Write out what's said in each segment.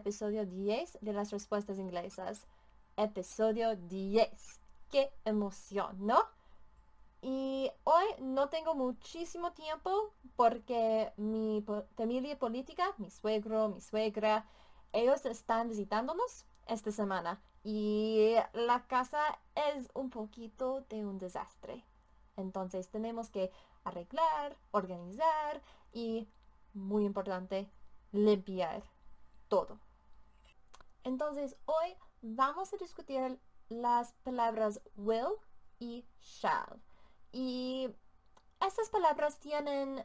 episodio 10 de las respuestas inglesas. Episodio 10. ¡Qué emoción!, ¿no? Y hoy no tengo muchísimo tiempo porque mi familia política, mi suegro, mi suegra, ellos están visitándonos esta semana y la casa es un poquito de un desastre. Entonces tenemos que arreglar, organizar y, muy importante, limpiar todo. Entonces hoy vamos a discutir las palabras will y shall. Y estas palabras tienen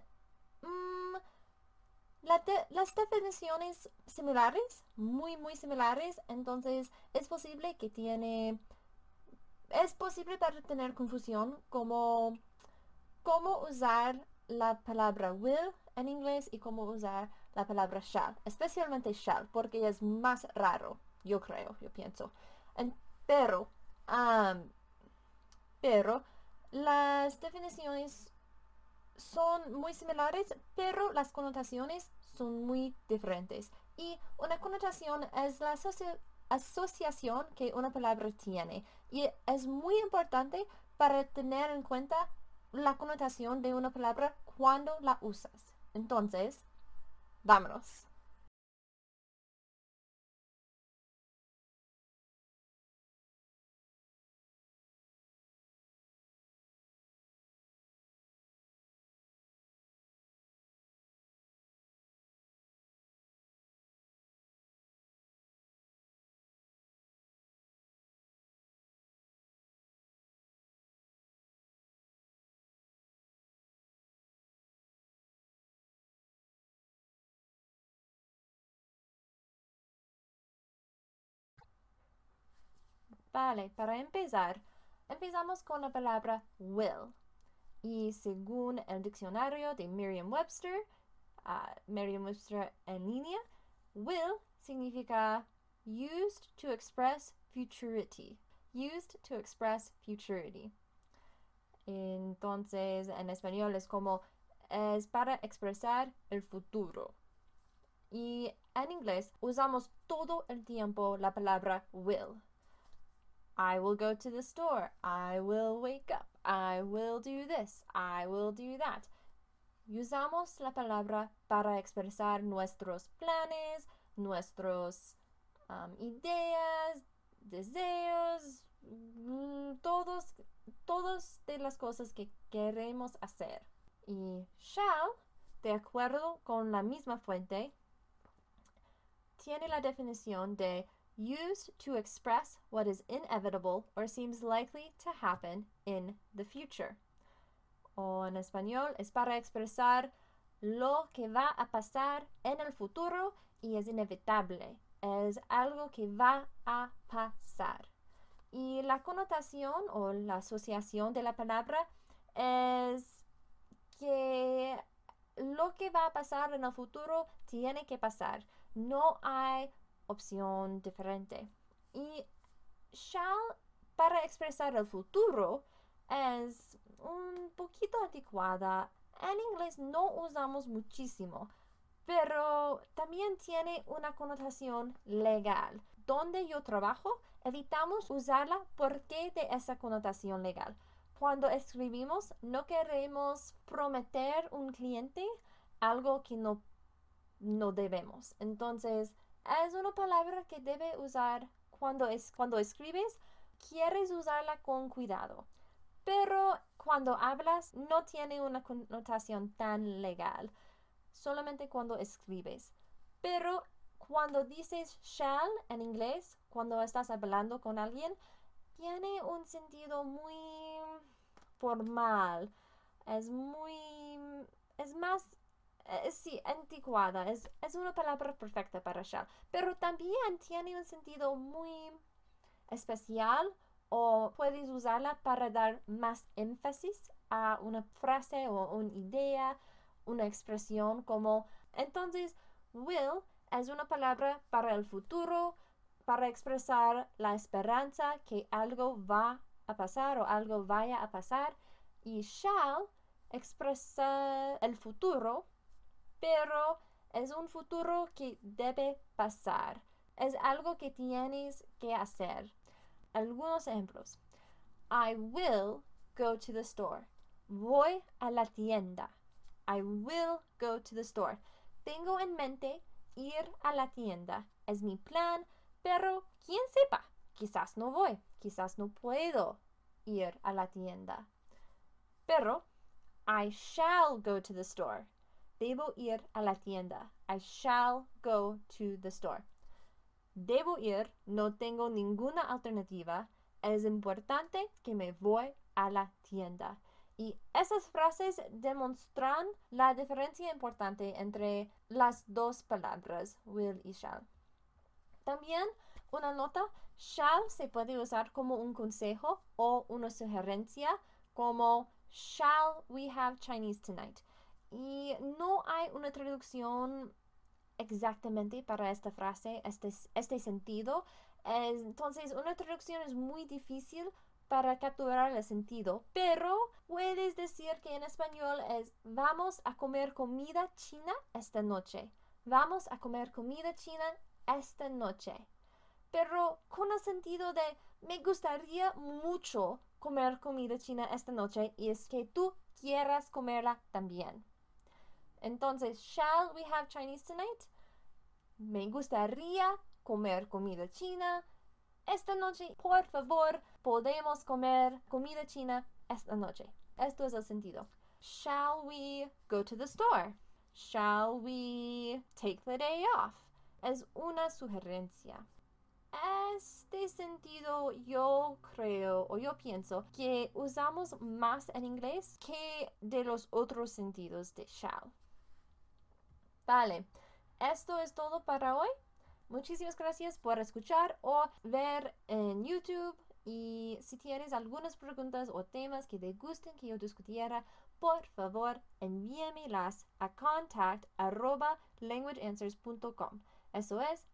las definiciones similares, muy similares. Entonces es posible para tener confusión como cómo usar la palabra will en inglés y cómo usar la palabra shall, especialmente shall, porque es más raro, yo pienso. Pero las definiciones son muy similares, pero las connotaciones son muy diferentes. Y una connotación es la asociación que una palabra tiene. Y es muy importante para tener en cuenta la connotación de una palabra cuando la usas. Entonces, vámonos. Vale, para empezar, empezamos con la palabra will. Y según el diccionario de Merriam-Webster, Merriam-Webster en línea, will significa used to express futurity. Used to express futurity. Entonces, en español es como es para expresar el futuro. Y en inglés usamos todo el tiempo la palabra will. I will go to the store. I will wake up. I will do this. I will do that. Usamos la palabra para expresar nuestros planes, nuestras ideas, deseos, todos de las cosas que queremos hacer. Y shall, de acuerdo con la misma fuente, tiene la definición de used to express what is inevitable or seems likely to happen in the future. O en español es para expresar lo que va a pasar en el futuro y es inevitable. Es algo que va a pasar. Y la connotación o la asociación de la palabra es que lo que va a pasar en el futuro tiene que pasar. No hay opción diferente. Y shall, para expresar el futuro, es un poquito anticuada. En inglés no usamos muchísimo, pero también tiene una connotación legal. Donde yo trabajo, evitamos usarla porque de esa connotación legal. Cuando escribimos, no queremos prometer a un cliente algo que no debemos. Entonces, es una palabra que debe usar cuando escribes, quieres usarla con cuidado. Pero cuando hablas no tiene una connotación tan legal, solamente cuando escribes. Pero cuando dices shall en inglés, cuando estás hablando con alguien, tiene un sentido muy formal. Es más, sí, anticuada. Es una palabra perfecta para shall. Pero también tiene un sentido muy especial o puedes usarla para dar más énfasis a una frase o una idea, una expresión como. Entonces, will es una palabra para el futuro, para expresar la esperanza que algo va a pasar o algo vaya a pasar. Y shall expresa el futuro, pero es un futuro que debe pasar. es algo que tienes que hacer. Algunos ejemplos. I will go to the store. Voy a la tienda. I will go to the store. Tengo en mente ir a la tienda. Es mi plan, pero quién sepa, quizás no voy, quizás no puedo ir a la tienda. Pero I shall go to the store. Debo ir a la tienda. I shall go to the store. Debo ir, no tengo ninguna alternativa. Es importante que me voy a la tienda. Y esas frases demuestran la diferencia importante entre las dos palabras, will y shall. También una nota, shall se puede usar como un consejo o una sugerencia, como shall we have Chinese tonight? Y no hay una traducción exactamente para esta frase, este sentido. Entonces, una traducción es muy difícil para capturar el sentido, pero puedes decir que en español es vamos a comer comida china esta noche. Vamos a comer comida china esta noche. Pero con el sentido de me gustaría mucho comer comida china esta noche y es que tú quieras comerla también. Entonces, shall we have Chinese tonight? Me gustaría comer comida china esta noche. Por favor, podemos comer comida china esta noche. Esto es el sentido. Shall we go to the store? Shall we take the day off? Es una sugerencia. Este sentido yo creo o yo pienso que usamos más en inglés que de los otros sentidos de shall. Vale, esto es todo para hoy. Muchísimas gracias por escuchar o ver en YouTube. Y si tienes algunas preguntas o temas que te gusten que yo discutiera, por favor envíamelas a contact@languageanswers.com. Eso es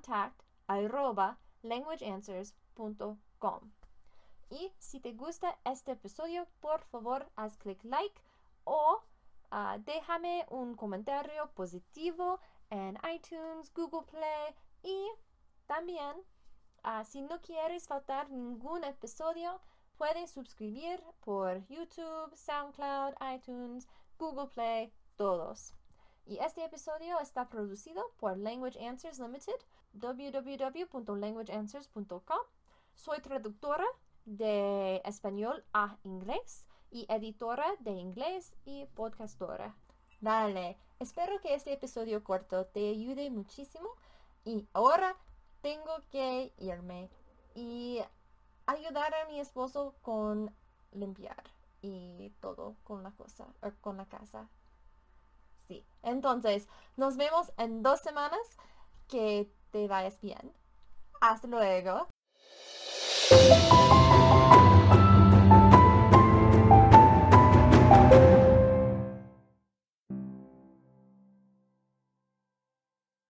contact@languageanswers.com. Y si te gusta este episodio, por favor haz clic like o déjame un comentario positivo en iTunes, Google Play y también si no quieres faltar ningún episodio, puedes suscribir por YouTube, SoundCloud, iTunes, Google Play, todos. Y este episodio está producido por Language Answers Limited, www.languageanswers.com. Soy traductora de español a inglés y editora de inglés y podcastora. Dale, espero que este episodio corto te ayude muchísimo y ahora tengo que irme y ayudar a mi esposo con limpiar y todo con la casa. Sí, entonces nos vemos en 2 semanas. Que te vayas bien. Hasta luego.